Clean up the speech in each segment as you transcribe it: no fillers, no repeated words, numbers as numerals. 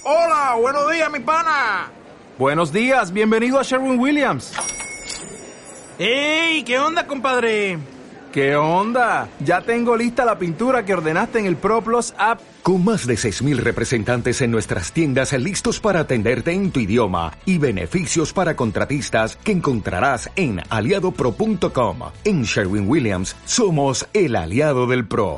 Hola, buenos días, mi pana. Buenos días, bienvenido a Sherwin-Williams. ¡Ey! ¿Qué onda, compadre? ¿Qué onda? Ya tengo lista la pintura que ordenaste en el ProPlus app. Con más de 6,000 representantes en nuestras tiendas listos para atenderte en tu idioma y beneficios para contratistas que encontrarás en aliadopro.com. En Sherwin-Williams somos el aliado del pro.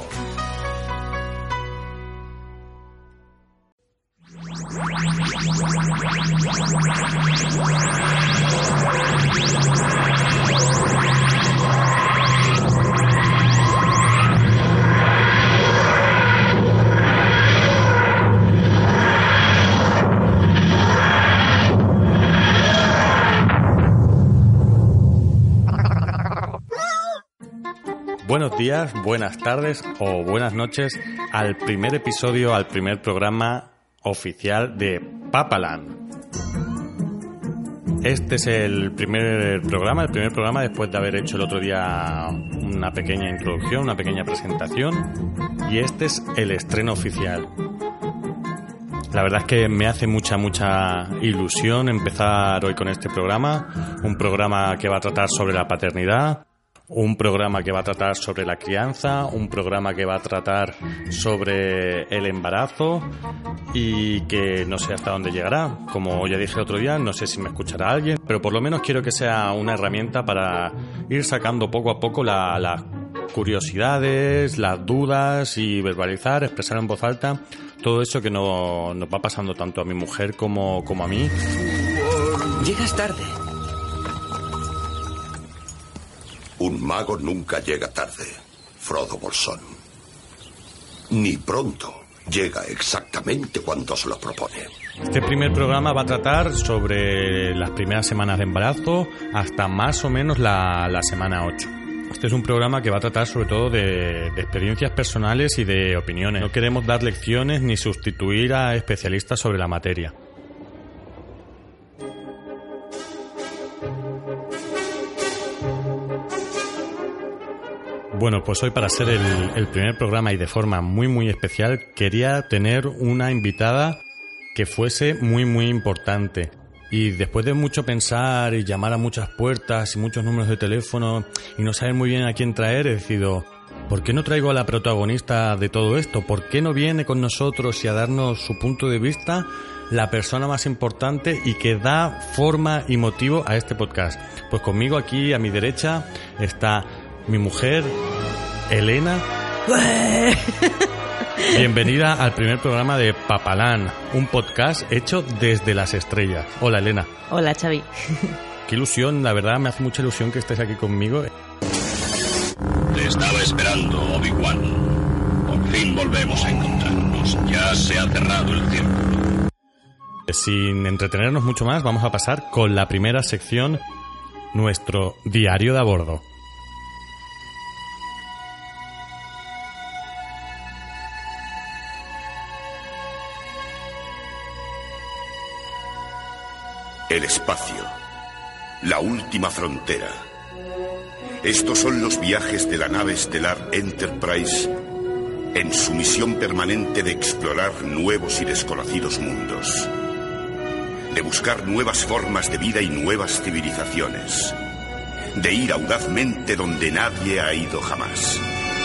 Buenos días, buenas tardes o buenas noches al primer episodio, al primer programa oficial de Papaland. Este es el primer programa después de haber hecho el otro día una pequeña introducción, una pequeña presentación, y este es el estreno oficial. La verdad es que me hace mucha ilusión empezar hoy con este programa, un programa que va a tratar sobre la paternidad, un programa que va a tratar sobre la crianza, un programa que va a tratar sobre el embarazo y que no sé hasta dónde llegará. Como ya dije el otro día, no sé si me escuchará alguien, pero por lo menos quiero que sea una herramienta para ir sacando poco a poco las curiosidades, las dudas y verbalizar, expresar en voz alta todo eso que nos va pasando tanto a mi mujer como a mí. Llegas tarde. Un mago nunca llega tarde, Frodo Bolsón. Ni pronto. Llega exactamente cuando se lo propone. Este primer programa va a tratar sobre las primeras semanas de embarazo hasta más o menos la semana 8. Este es un programa que va a tratar sobre todo de experiencias personales y de opiniones. No queremos dar lecciones ni sustituir a especialistas sobre la materia. Bueno, pues hoy, para ser el primer programa y de forma muy especial, quería tener una invitada que fuese muy importante. Y después de mucho pensar y llamar a muchas puertas y muchos números de teléfono y no saber muy bien a quién traer, he decidido, ¿por qué no traigo a la protagonista de todo esto? ¿Por qué no viene con nosotros y a darnos su punto de vista la persona más importante y que da forma y motivo a este podcast? Pues conmigo aquí a mi derecha está mi mujer, Elena. Bienvenida al primer programa de Papaland, un podcast hecho desde las estrellas. Hola, Elena. Hola, Xavi. Qué ilusión, la verdad me hace mucha ilusión que estés aquí conmigo. Te estaba esperando, Obi-Wan. Por fin volvemos a encontrarnos. Ya se ha cerrado el tiempo. Sin entretenernos mucho más, vamos a pasar con la primera sección, nuestro diario de a bordo. El espacio. La última frontera. Estos son los viajes de la nave estelar Enterprise en su misión permanente de explorar nuevos y desconocidos mundos. De buscar nuevas formas de vida y nuevas civilizaciones. De ir audazmente donde nadie ha ido jamás.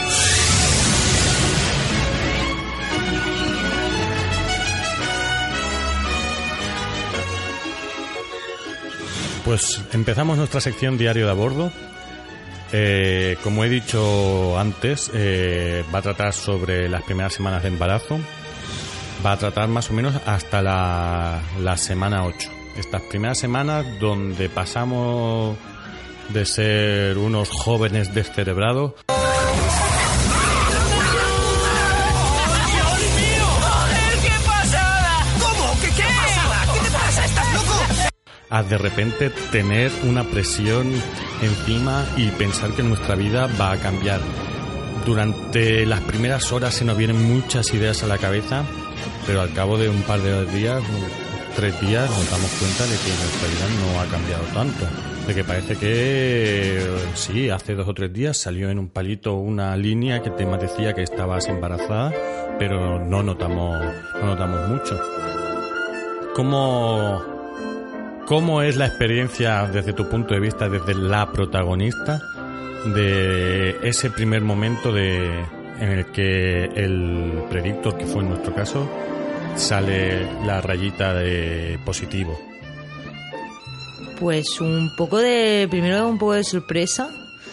Pues empezamos nuestra sección diario de a bordo. Como he dicho antes, va a tratar sobre las primeras semanas de embarazo. Va a tratar más o menos hasta la semana 8. Estas primeras semanas donde pasamos de ser unos jóvenes descerebrados a de repente tener una presión encima y pensar que nuestra vida va a cambiar. Durante las primeras horas se nos vienen muchas ideas a la cabeza, pero al cabo de un par de días, 3 días, nos damos cuenta de que nuestra vida no ha cambiado tanto. De que parece que sí, hace 2 o 3 días salió en un palito una línea que te decía que estabas embarazada, pero no notamos mucho. ¿cómo es la experiencia desde tu punto de vista, desde la protagonista, de ese primer momento en el que el predictor, que fue en nuestro caso, sale la rayita de positivo? Pues primero un poco de sorpresa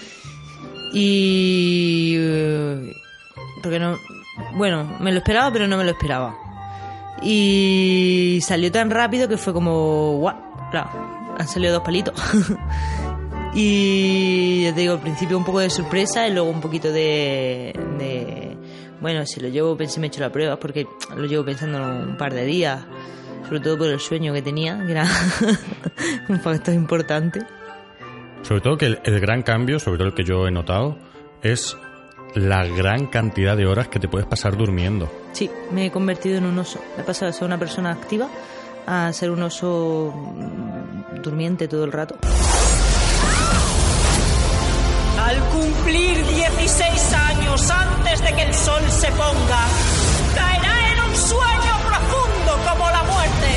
y porque me lo esperaba, pero no me lo esperaba, y salió tan rápido que fue como ¡guau! Claro, han salido 2 palitos. Y ya te digo, al principio un poco de sorpresa y luego un poquito de si lo llevo, pensé, me he hecho la prueba porque lo llevo pensando un par de días, sobre todo por el sueño que tenía, que era un factor importante. Sobre todo que el gran cambio, sobre todo el que yo he notado, es la gran cantidad de horas que te puedes pasar durmiendo. Sí, me he convertido en un oso. He pasado de ser una persona activa a ser un oso durmiente todo el rato. Al cumplir 16 años antes de que el sol se ponga, caerá en un sueño profundo como la muerte.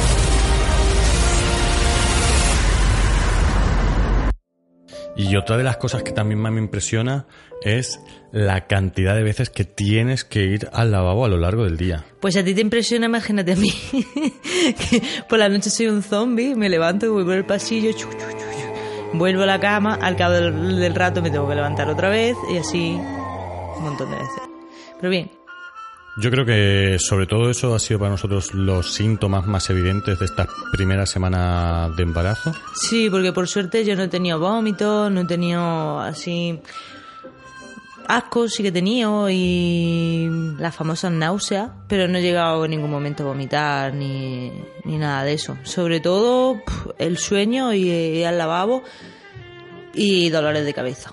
Y otra de las cosas que también más me impresiona es la cantidad de veces que tienes que ir al lavabo a lo largo del día. Pues a ti te impresiona, imagínate a mí. Que por la noche soy un zombie, me levanto y voy por el pasillo, vuelvo a la cama, al cabo del rato me tengo que levantar otra vez y así un montón de veces. Pero bien. Yo creo que sobre todo eso ha sido para nosotros los síntomas más evidentes de esta primera semana de embarazo. Sí, porque por suerte yo no he tenido vómitos, no he tenido así asco, sí que he tenido, y las famosas náuseas, pero no he llegado en ningún momento a vomitar ni nada de eso. Sobre todo el sueño y al lavabo y dolores de cabeza.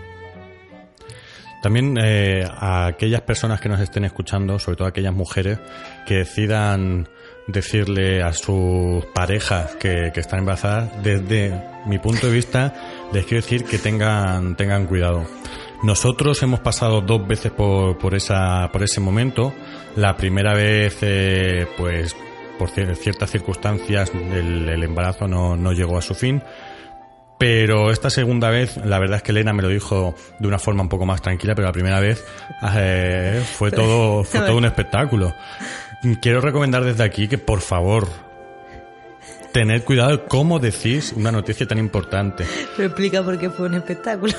También a aquellas personas que nos estén escuchando, sobre todo a aquellas mujeres que decidan decirle a sus parejas que están embarazadas, desde mi punto de vista les quiero decir que tengan cuidado. Nosotros hemos pasado 2 veces por ese momento. La primera vez pues por ciertas circunstancias el embarazo no llegó a su fin. Pero esta segunda vez, la verdad es que Elena me lo dijo de una forma un poco más tranquila, pero la primera vez fue todo un espectáculo. Quiero recomendar desde aquí que, por favor, tened cuidado de cómo decís una noticia tan importante. Pero explica por qué fue un espectáculo.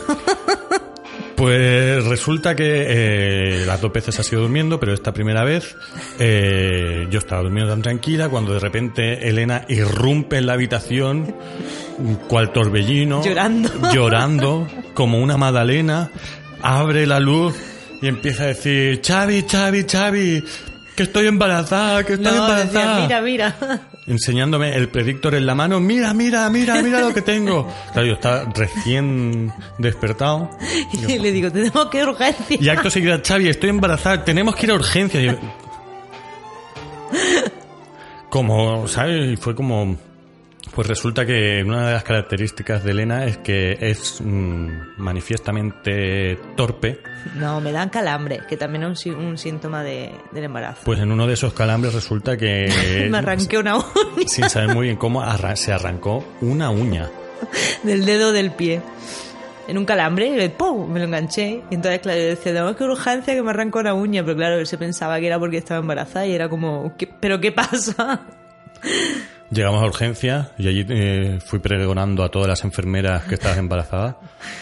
Pues resulta que las 2 veces ha sido durmiendo, pero esta primera vez yo estaba durmiendo tan tranquila cuando de repente Elena irrumpe en la habitación cual torbellino, llorando como una magdalena, abre la luz y empieza a decir: Xavi, que estoy embarazada, embarazada. Decía, mira. Enseñándome el predictor en la mano, mira lo que tengo. Claro, yo estaba recién despertado. Y le digo, tenemos que ir a urgencia. Y acto seguido, Xavi, estoy embarazada, tenemos que ir a urgencia. Y como, ¿sabes? Y fue como... Pues resulta que una de las características de Elena es que es manifiestamente torpe. No, me dan calambres, que también es un síntoma del embarazo. Pues en uno de esos calambres resulta que... me arranqué una uña. Sin saber muy bien cómo se arrancó una uña. Del dedo del pie. En un calambre, ¡pum!, me lo enganché. Y entonces, claro, yo decía, tengo que urgencia que me arranco una uña. Pero claro, él se pensaba que era porque estaba embarazada y era como, ¿pero qué pasa? Llegamos a urgencia y allí fui pregonando a todas las enfermeras que estabas embarazada.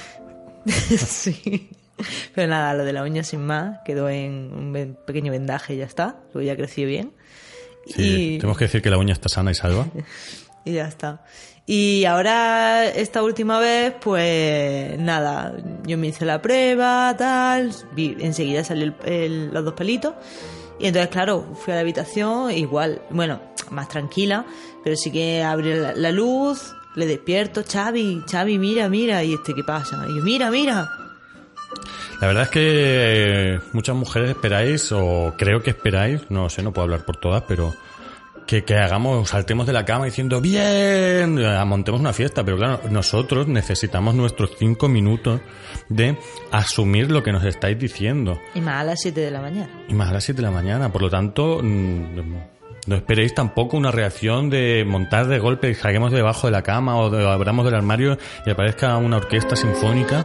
Sí. Pero nada, lo de la uña sin más, quedó en un pequeño vendaje y ya está. Luego ya creció bien. Sí, tenemos que decir que la uña está sana y salva. Y ya está. Y ahora, esta última vez, pues nada, yo me hice la prueba, tal, enseguida salió los 2 pelitos. Y entonces, claro, fui a la habitación, igual, bueno, más tranquila, pero sí que abrí la luz, le despierto, Xavi, mira, y ¿qué pasa? Y yo, mira. La verdad es que muchas mujeres esperáis, o creo que esperáis, no sé, no puedo hablar por todas, pero que saltemos de la cama diciendo, bien, montemos una fiesta, pero claro, nosotros necesitamos nuestros 5 minutos de asumir lo que nos estáis diciendo. Y más a las 7 de la mañana. Por lo tanto, No esperéis tampoco una reacción de montar de golpe, caguemos debajo de la cama o abramos del armario y aparezca una orquesta sinfónica.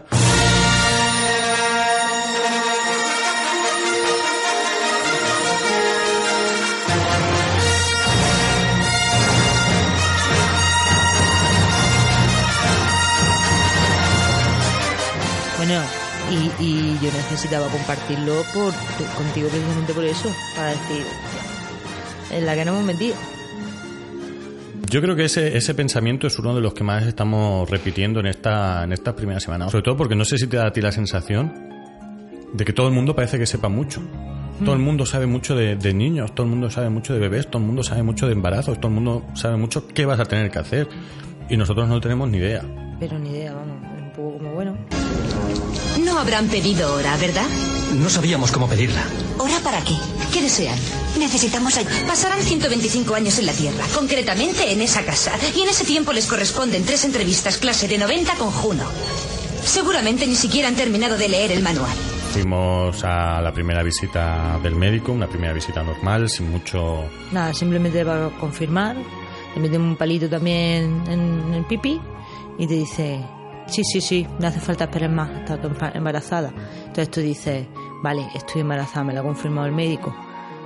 Bueno, y yo necesitaba compartirlo contigo precisamente por eso, para decir, en la que nos hemos metido. Yo creo que ese pensamiento es uno de los que más estamos repitiendo en estas primeras semanas. Sobre todo porque no sé si te da a ti la sensación de que todo el mundo parece que sepa mucho. Todo el mundo sabe mucho de niños, todo el mundo sabe mucho de bebés, todo el mundo sabe mucho de embarazos, todo el mundo sabe mucho qué vas a tener que hacer. Y nosotros no tenemos ni idea. Pero ni idea, vamos, un poco como bueno. No habrán pedido hora, ¿verdad? No sabíamos cómo pedirla. ¿Hora para qué? ¿Qué desean? Necesitamos ayuda. Pasarán 125 años en la Tierra, concretamente en esa casa. Y en ese tiempo les corresponden 3 entrevistas clase de 90 con Juno. Seguramente ni siquiera han terminado de leer el manual. Fuimos a la primera visita del médico, una primera visita normal, sin mucho... Nada, simplemente para confirmar. Le meten un palito también en el pipí y te dice... Sí, no hace falta esperar más, está embarazada. Entonces tú dices, vale, estoy embarazada, me lo ha confirmado el médico.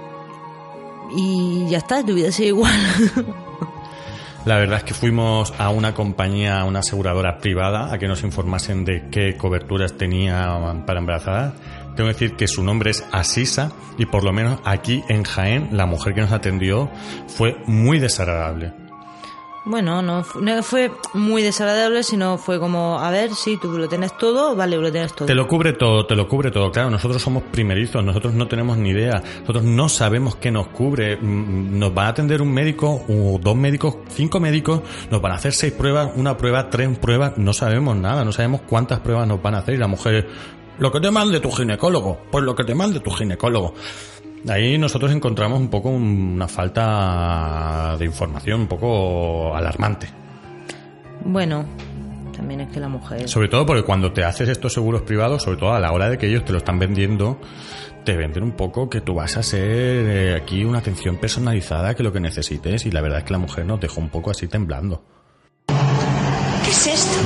Y ya está, tu vida sigue igual. La verdad es que fuimos a una compañía, a una aseguradora privada, a que nos informasen de qué coberturas tenía para embarazadas. Tengo que decir que su nombre es Asisa y por lo menos aquí en Jaén, la mujer que nos atendió fue muy desagradable. Bueno, no fue muy desagradable, sino fue como, a ver, sí, tú lo tienes todo, vale, lo tienes todo. Te lo cubre todo. Claro, nosotros somos primerizos, nosotros no tenemos ni idea, nosotros no sabemos qué nos cubre. Nos van a atender un médico, o 2 médicos, 5 médicos, nos van a hacer 6 pruebas, 1 prueba, 3 pruebas, no sabemos nada, no sabemos cuántas pruebas nos van a hacer. Y la mujer, lo que te mande tu ginecólogo, pues lo que te mande tu ginecólogo. Ahí nosotros encontramos un poco una falta de información un poco alarmante. Bueno, también es que la mujer... Sobre todo porque cuando te haces estos seguros privados, sobre todo a la hora de que ellos te lo están vendiendo, te venden un poco que tú vas a ser aquí una atención personalizada, que lo que necesites, y la verdad es que la mujer nos dejó un poco así temblando. ¿Qué es esto?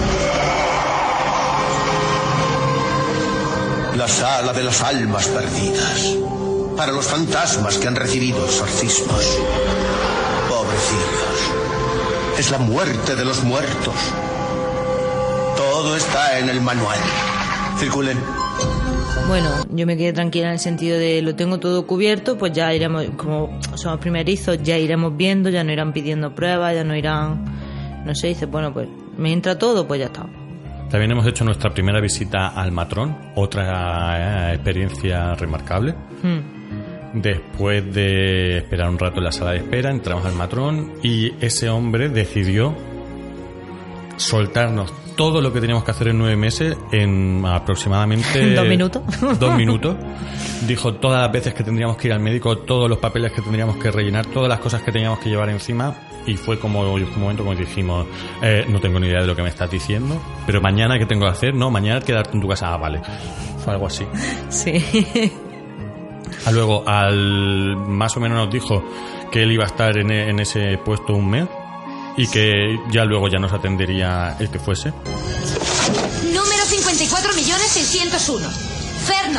La sala de las almas perdidas. Para los fantasmas que han recibido exorcismos. Pobrecillos. Es la muerte de los muertos. Todo está en el manual. Circulen. Bueno, yo me quedé tranquila en el sentido de lo tengo todo cubierto, pues ya iremos, como somos primerizos, ya iremos viendo, ya no irán pidiendo pruebas, ya no irán, no sé, dice, bueno, pues me entra todo, pues ya está. También hemos hecho nuestra primera visita al matrón, otra experiencia remarcable. Después de esperar un rato en la sala de espera, entramos al matrón y ese hombre decidió soltarnos todo lo que teníamos que hacer en 9 meses en aproximadamente 2 minutos. 2 minutos. Dijo todas las veces que tendríamos que ir al médico, todos los papeles que tendríamos que rellenar, todas las cosas que teníamos que llevar encima. Y fue como un momento como dijimos, no tengo ni idea de lo que me estás diciendo, pero mañana ¿qué tengo que hacer? No, mañana quedarte en tu casa. Ah, vale. Fue algo así. Sí. Luego, más o menos nos dijo que él iba a estar en ese puesto un mes y que ya luego ya nos atendería el que fuese. Número 54.601. Ferno.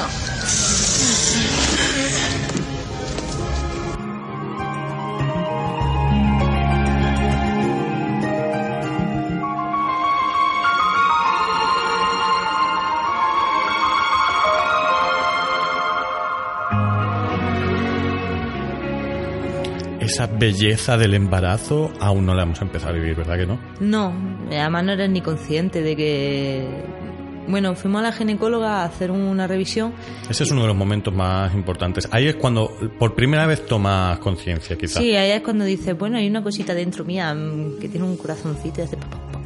Esa belleza del embarazo aún no la hemos empezado a vivir, ¿verdad que no? No, además no eres ni consciente de que... Bueno, fuimos a la ginecóloga a hacer una revisión. Ese es uno de los momentos más importantes. Ahí es cuando por primera vez tomas conciencia, quizás. Sí, ahí es cuando dices, bueno, hay una cosita dentro mía que tiene un corazoncito y hace...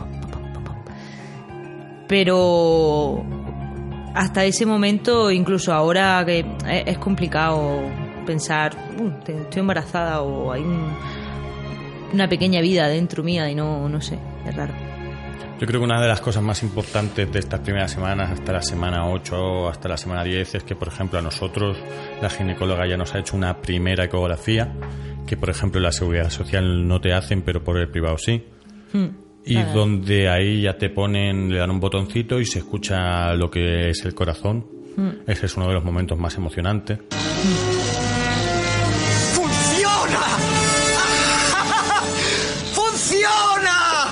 Pero hasta ese momento, incluso ahora que es complicado pensar, estoy embarazada o hay una pequeña vida dentro mía y no sé, es raro. Yo creo que una de las cosas más importantes de estas primeras semanas, hasta la semana 8, hasta la semana 10, es que, por ejemplo, a nosotros la ginecóloga ya nos ha hecho una primera ecografía que por ejemplo la seguridad social no te hacen, pero por el privado sí. Y donde ahí ya te ponen, le dan un botoncito y se escucha lo que es el corazón. Ese es uno de los momentos más emocionantes. ¡Funciona! ¡Funciona!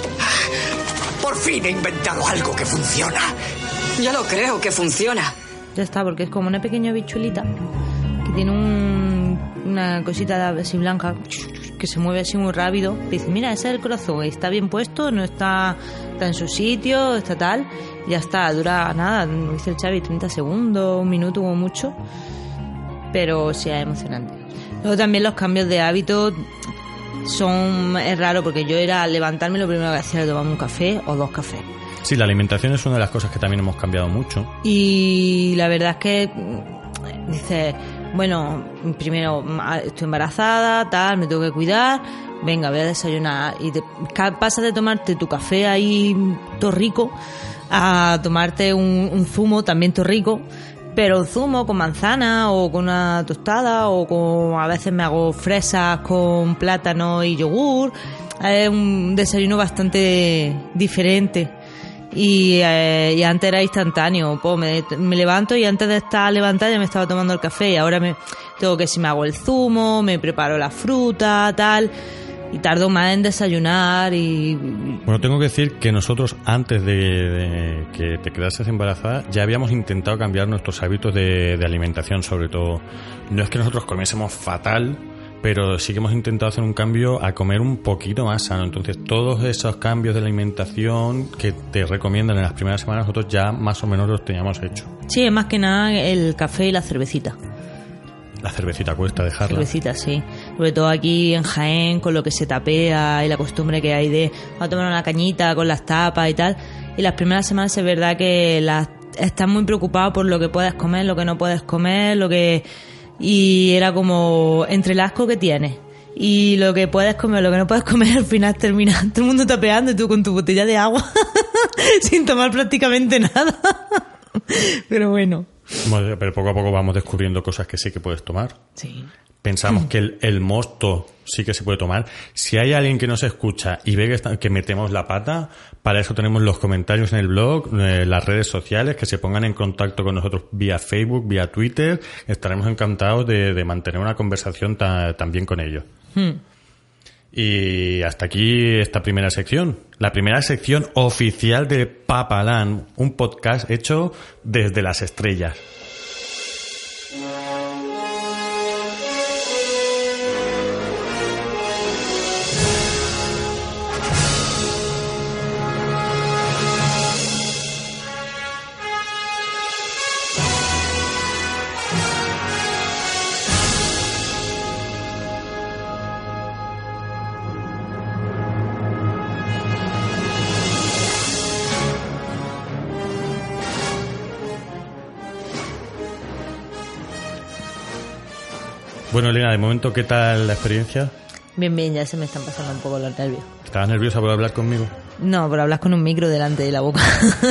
Por fin he inventado algo que funciona. Ya lo creo que funciona. Ya está, porque es como una pequeña bichuelita que tiene una cosita así blanca que se mueve así muy rápido. Dice, mira, ese es el corazón, está bien puesto, no está en su sitio, está tal. Ya está, dura nada, dice el Xavi, 30 segundos, un minuto como mucho. Pero sí es emocionante. Luego también los cambios de hábito es raro, porque yo era al levantarme lo primero que hacía era tomarme un café o 2 cafés. Sí, la alimentación es una de las cosas que también hemos cambiado mucho. Y la verdad es que dices, bueno, primero estoy embarazada, tal, me tengo que cuidar, venga, voy a desayunar. Y pasas de tomarte tu café ahí todo rico a tomarte un zumo también todo rico, pero un zumo con manzana o con una tostada o a veces me hago fresas con plátano y yogur. Es un desayuno bastante diferente. Y antes era instantáneo, pues me levanto y antes de estar levantada ya me estaba tomando el café, y ahora tengo que si me hago el zumo, me preparo la fruta, tal, y tardo más en desayunar. Bueno, tengo que decir que nosotros antes de que te quedases embarazada ya habíamos intentado cambiar nuestros hábitos de alimentación, sobre todo. No es que nosotros comiésemos fatal, pero sí que hemos intentado hacer un cambio a comer un poquito más sano. Entonces, todos esos cambios de alimentación que te recomiendan en las primeras semanas, nosotros ya más o menos los teníamos hecho. Sí, es más que nada el café y la cervecita. La cervecita cuesta dejarla. Cervecita, sí. Sobre todo aquí en Jaén, con lo que se tapea y la costumbre que hay de a tomar una cañita con las tapas y tal. Y las primeras semanas es verdad que estás muy preocupado por lo que puedes comer, lo que no puedes comer, y era como entre el asco que tienes y lo que puedes comer, lo que no puedes comer, al final termina todo el mundo tapeando y tú con tu botella de agua sin tomar prácticamente nada. Pero bueno, pero poco a poco vamos descubriendo cosas que sí que puedes tomar. Sí. Pensamos que el mosto sí que se puede tomar. Si hay alguien que nos escucha y ve que metemos la pata, para eso tenemos los comentarios en el blog, las redes sociales, que se pongan en contacto con nosotros vía Facebook, vía Twitter. Estaremos encantados de mantener una conversación también con ellos. Y hasta aquí esta primera sección. La primera sección oficial de Papaland, un podcast hecho desde las estrellas. Bueno, Elena, de momento, ¿qué tal la experiencia? Bien, ya se me están pasando un poco los nervios. ¿Estabas nerviosa por hablar conmigo? No, por hablar con un micro delante de la boca.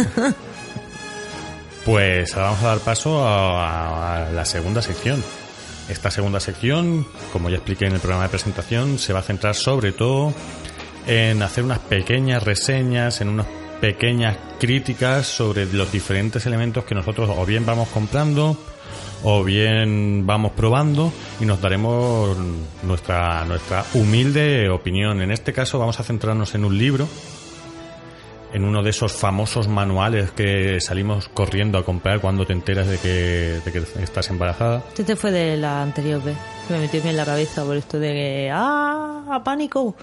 Pues ahora vamos a dar paso a la segunda sección. Esta segunda sección, como ya expliqué en el programa de presentación, se va a centrar sobre todo en hacer unas pequeñas reseñas, en unas pequeñas críticas sobre los diferentes elementos que nosotros o bien vamos comprando o bien vamos probando, y nos daremos nuestra humilde opinión. En este caso vamos a centrarnos en un libro, en uno de esos famosos manuales que salimos corriendo a comprar cuando te enteras de que estás embarazada. Este fue de la anterior vez, que me metió en la cabeza por esto de que ¡ah! ¡Pánico!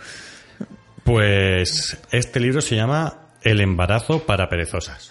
Pues este libro se llama El embarazo para perezosas.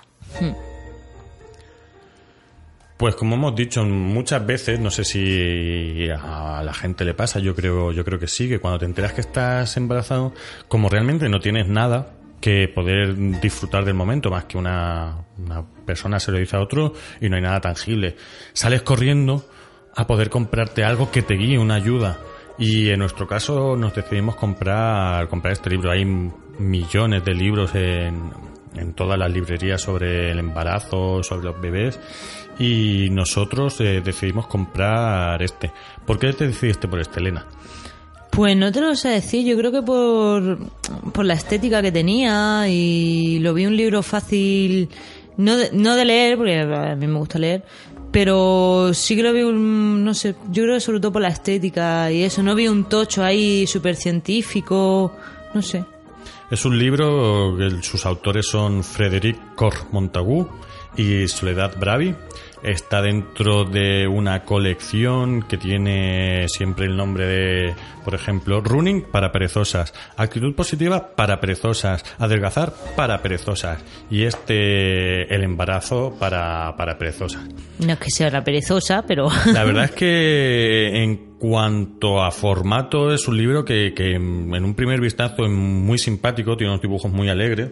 Pues como hemos dicho muchas veces, no sé si a la gente le pasa, yo creo que sí, que cuando te enteras que estás embarazado, como realmente no tienes nada que poder disfrutar del momento, más que una persona se lo dice a otro y no hay nada tangible, sales corriendo a poder comprarte algo que te guíe, una ayuda. Y en nuestro caso nos decidimos comprar este libro. Hay millones de libros en todas las librerías sobre el embarazo, sobre los bebés, y nosotros decidimos comprar este. ¿Por qué te decidiste por este, Elena? Pues no te lo sé decir, yo creo que por la estética que tenía, y lo vi un libro fácil, no de leer, porque a mí me gusta leer, pero sí que lo vi no sé, yo creo que sobre todo por la estética y eso, no vi un tocho ahí súper científico, no sé. Es un libro que sus autores son Frédéric Cor-Montagu y Soledad Bravi. Está dentro de una colección que tiene siempre el nombre de, por ejemplo, Running para perezosas, Actitud positiva para perezosas, Adelgazar para perezosas, y el embarazo para perezosas. No es que sea una perezosa, pero... La verdad es que en cuanto a formato es un libro que en un primer vistazo es muy simpático, tiene unos dibujos muy alegres.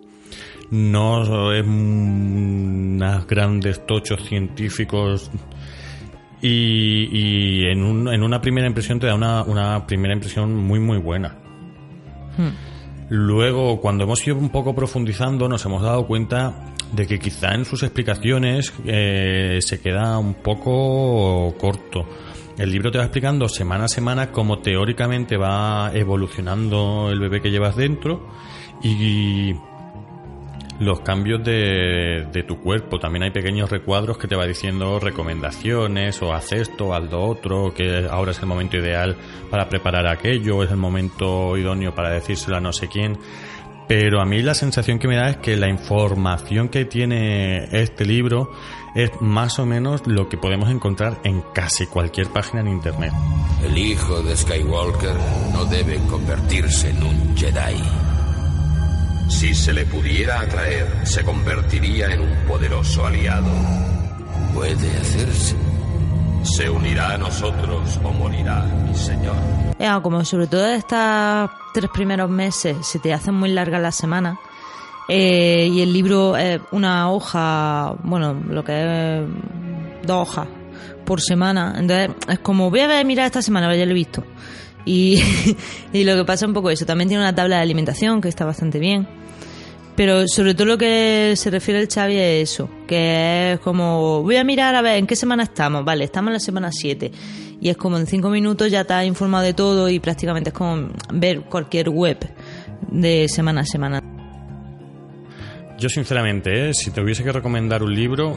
No es unos grandes tochos científicos y en una primera impresión te da una primera impresión muy muy buena. Luego, cuando hemos ido un poco profundizando, nos hemos dado cuenta de que quizá en sus explicaciones se queda un poco corto. El libro te va explicando semana a semana cómo teóricamente va evolucionando el bebé que llevas dentro y los cambios de tu cuerpo. También hay pequeños recuadros que te va diciendo recomendaciones, o haz esto, haz lo otro, que ahora es el momento ideal para preparar aquello, es el momento idóneo para decírselo a no sé quién. Pero a mí la sensación que me da es que la información que tiene este libro es más o menos lo que podemos encontrar en casi cualquier página en internet. El hijo de Skywalker no debe convertirse en un Jedi. Si se le pudiera atraer, se convertiría en un poderoso aliado. Puede hacerse. Se unirá a nosotros o morirá, mi señor. Como sobre todo estos 3 primeros meses se te hacen muy largas las semanas, y el libro es una hoja, bueno, lo que es 2 hojas por semana, entonces es como voy a mirar esta semana, ya lo he visto. Y lo que pasa un poco eso. También tiene una tabla de alimentación que está bastante bien, pero sobre todo lo que se refiere el Xavi es eso, que es como voy a mirar a ver en qué semana estamos. Vale, estamos en la semana 7 y es como en 5 minutos ya te has informado de todo y prácticamente es como ver cualquier web de semana a semana. Yo sinceramente, si te hubiese que recomendar un libro,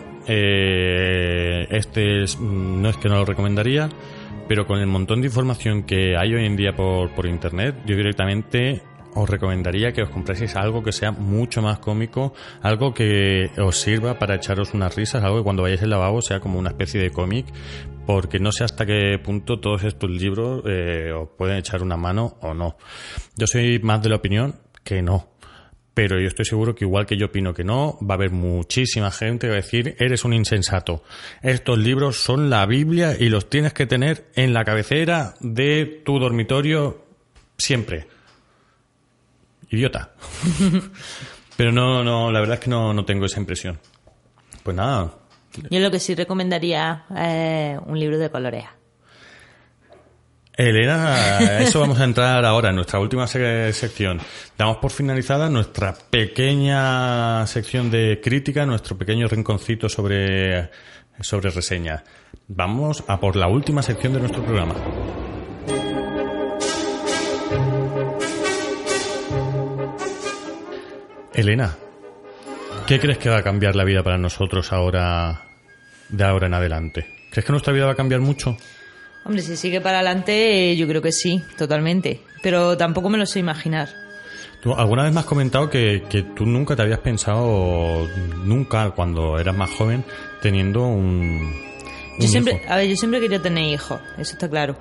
no es que no lo recomendaría, pero con el montón de información que hay hoy en día por internet, yo directamente os recomendaría que os compraseis algo que sea mucho más cómico, algo que os sirva para echaros unas risas, algo que cuando vayáis al lavabo sea como una especie de cómic, porque no sé hasta qué punto todos estos libros os pueden echar una mano o no. Yo soy más de la opinión que no. Pero yo estoy seguro que igual que yo opino que no, va a haber muchísima gente que va a decir eres un insensato. Estos libros son la Biblia y los tienes que tener en la cabecera de tu dormitorio siempre. Idiota. Pero no, la verdad es que no tengo esa impresión. Pues nada. Yo lo que sí recomendaría es un libro de colorea. Elena, a eso vamos a entrar ahora en nuestra última sección. Damos por finalizada nuestra pequeña sección de crítica, nuestro pequeño rinconcito sobre reseñas. Vamos a por la última sección de nuestro programa. Elena, ¿qué crees que va a cambiar la vida para nosotros de ahora en adelante? ¿Crees que nuestra vida va a cambiar mucho? Hombre, si sigue para adelante, yo creo que sí, totalmente. Pero tampoco me lo sé imaginar. ¿Tú alguna vez me has comentado que tú nunca te habías pensado, nunca, cuando eras más joven, teniendo un yo siempre hijo? Yo siempre he querido tener hijos, eso está claro.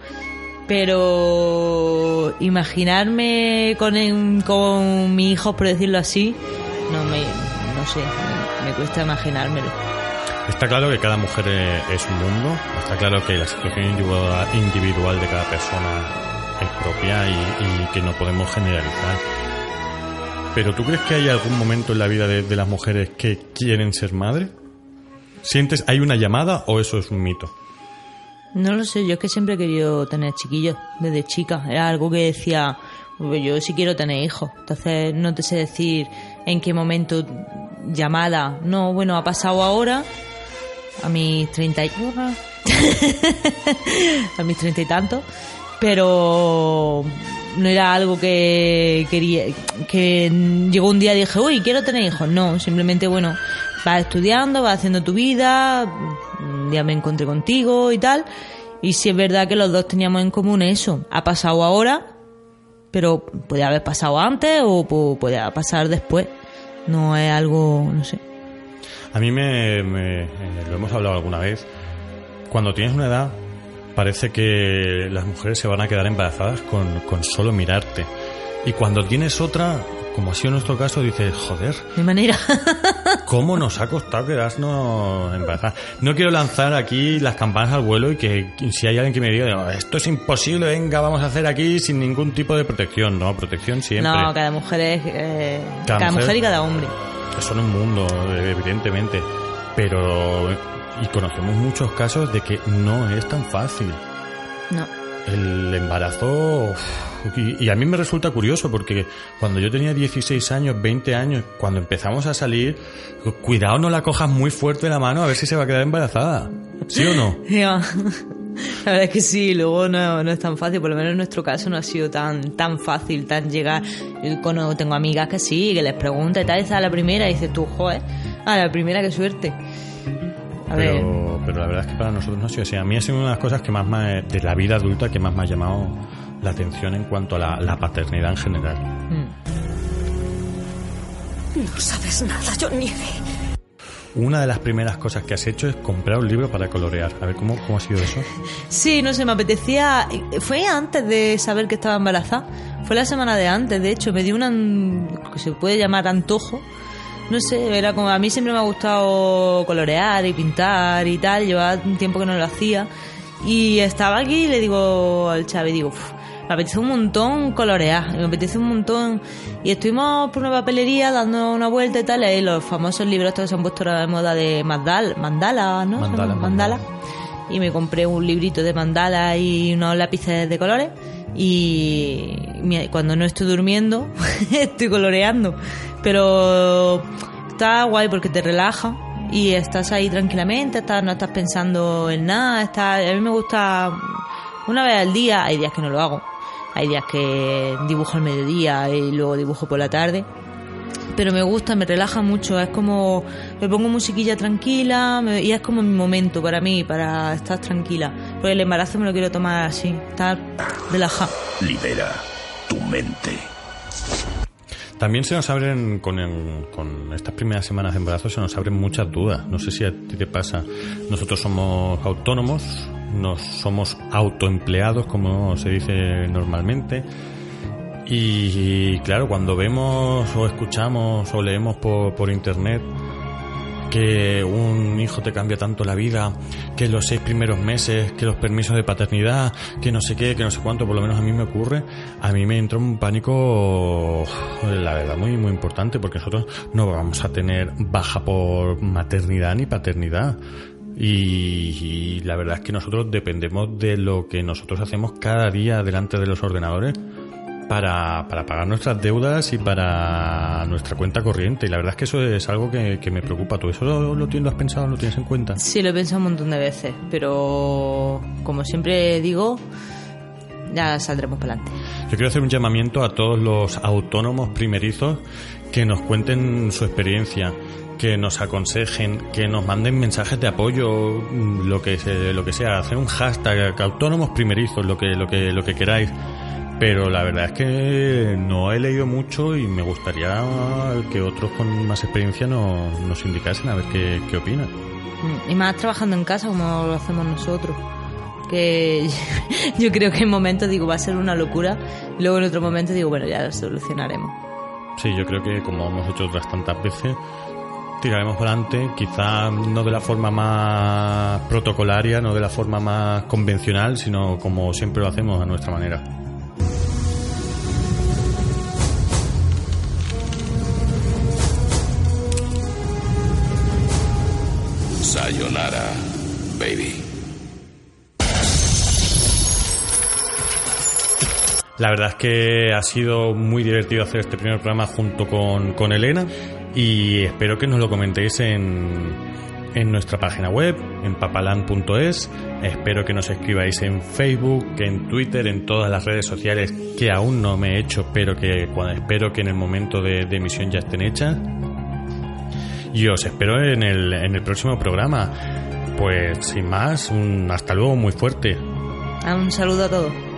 Pero imaginarme con mi hijo, por decirlo así, no sé, me cuesta imaginármelo. Está claro que cada mujer es un mundo, está claro que la situación individual de cada persona es propia y que no podemos generalizar. Pero ¿tú crees que hay algún momento en la vida de las mujeres que quieren ser madre? ¿Sientes, hay una llamada o eso es un mito? No lo sé, yo es que siempre he querido tener chiquillos, desde chica. Era algo que decía, yo sí quiero tener hijos. Entonces no te sé decir en qué momento llamada. No, bueno, ha pasado ahora, a mis 30 y... a mis 30 y tantos. pero no era algo que quería, que llegó un día y dije, uy, quiero tener hijos. No, simplemente, bueno, vas estudiando, vas haciendo tu vida, un día me encontré contigo y tal, y sí es verdad que los dos teníamos en común eso. Ha pasado ahora, pero podía haber pasado antes o podía pasar después. No es algo, no sé. A mí lo hemos hablado alguna vez, cuando tienes una edad parece que las mujeres se van a quedar embarazadas con solo mirarte, y cuando tienes otra, como ha sido nuestro caso, dices, joder, de manera ¿cómo nos ha costado quedarnos embarazadas? No quiero lanzar aquí las campanas al vuelo y que si hay alguien que me diga, esto es imposible, venga, vamos a hacer aquí sin ningún tipo de protección. No, protección siempre. No, cada mujer es cada mujer y cada hombre. Son un mundo, evidentemente, pero y conocemos muchos casos de que no es tan fácil. No. El embarazo, y a mí me resulta curioso porque cuando yo tenía 16 años, 20 años, cuando empezamos a salir, cuidado, no la cojas muy fuerte de la mano a ver si se va a quedar embarazada, ¿sí o no? La verdad es que sí, luego no es tan fácil, por lo menos en nuestro caso no ha sido tan fácil, tan llegar. Yo tengo amigas que sí, que les pregunta y tal, y está a la primera y dices tú, joder, a la primera, qué suerte. Pero la verdad es que para nosotros no ha sido así. A mí ha sido una de las cosas que más de la vida adulta que más me ha llamado la atención en cuanto a la paternidad en general. No sabes nada, John Nieve. Una de las primeras cosas que has hecho es comprar un libro para colorear. A ver, ¿cómo ha sido eso? Sí, no sé, me apetecía. Fue antes de saber que estaba embarazada. Fue la semana de antes, de hecho. Me dio que se puede llamar antojo. No sé, era como, a mí siempre me ha gustado colorear y pintar y tal. Llevaba un tiempo que no lo hacía. Y estaba aquí y le digo al Xavi, digo, me apetece un montón colorear, me apetece un montón. Y estuvimos por una papelería dando una vuelta y tal, y los famosos libros estos que se han puesto ahora de moda de mandala, ¿no? Mandala. Y me compré un librito de mandala y unos lápices de colores. Y cuando no estoy durmiendo, estoy coloreando. Pero está guay porque te relaja y estás ahí tranquilamente, no estás pensando en nada. A mí me gusta una vez al día. Hay días que no lo hago, hay días que dibujo al mediodía y luego dibujo por la tarde, pero me gusta, me relaja mucho. Es como me pongo musiquilla tranquila y es como mi momento para mí, para estar tranquila, porque el embarazo me lo quiero tomar así, estar relajada. Libera tu mente. También se nos abren, con estas primeras semanas de embarazo, se nos abren muchas dudas. No sé si a ti te pasa. Nosotros somos autónomos, somos autoempleados, como se dice normalmente. Y claro, cuando vemos o escuchamos o leemos por internet que un hijo te cambia tanto la vida, que los 6 primeros meses, que los permisos de paternidad, que no sé qué, que no sé cuánto, por lo menos a mí me ocurre, a mí me entró un pánico, la verdad, muy muy importante, porque nosotros no vamos a tener baja por maternidad ni paternidad. Y la verdad es que nosotros dependemos de lo que nosotros hacemos cada día delante de los ordenadores para pagar nuestras deudas y para nuestra cuenta corriente. Y la verdad es que eso es algo que me preocupa. ¿Tú eso lo has pensado, lo tienes en cuenta? Sí, lo he pensado un montón de veces, pero como siempre digo, ya saldremos para adelante. Yo quiero hacer un llamamiento a todos los autónomos primerizos que nos cuenten su experiencia, que nos aconsejen, que nos manden mensajes de apoyo, lo que sea, hacer un hashtag autónomos primerizos, lo que queráis. Pero la verdad es que no he leído mucho y me gustaría que otros con más experiencia nos indicasen a ver qué opinan. Y más trabajando en casa como lo hacemos nosotros, que yo creo que en momentos digo va a ser una locura, y luego en otro momento digo bueno, ya lo solucionaremos. Sí, yo creo que como hemos hecho otras tantas veces, tiraremos para adelante, quizá no de la forma más protocolaria, no de la forma más convencional, sino como siempre lo hacemos a nuestra manera. Sayonara, baby. La verdad es que ha sido muy divertido hacer este primer programa junto con Elena y espero que nos lo comentéis en en nuestra página web, en papaland.es. Espero que nos escribáis en Facebook, en Twitter, en todas las redes sociales que aún no me he hecho, pero que espero que en el momento de emisión ya estén hechas. Y os espero en el próximo programa. Pues sin más, hasta luego muy fuerte. Un saludo a todos.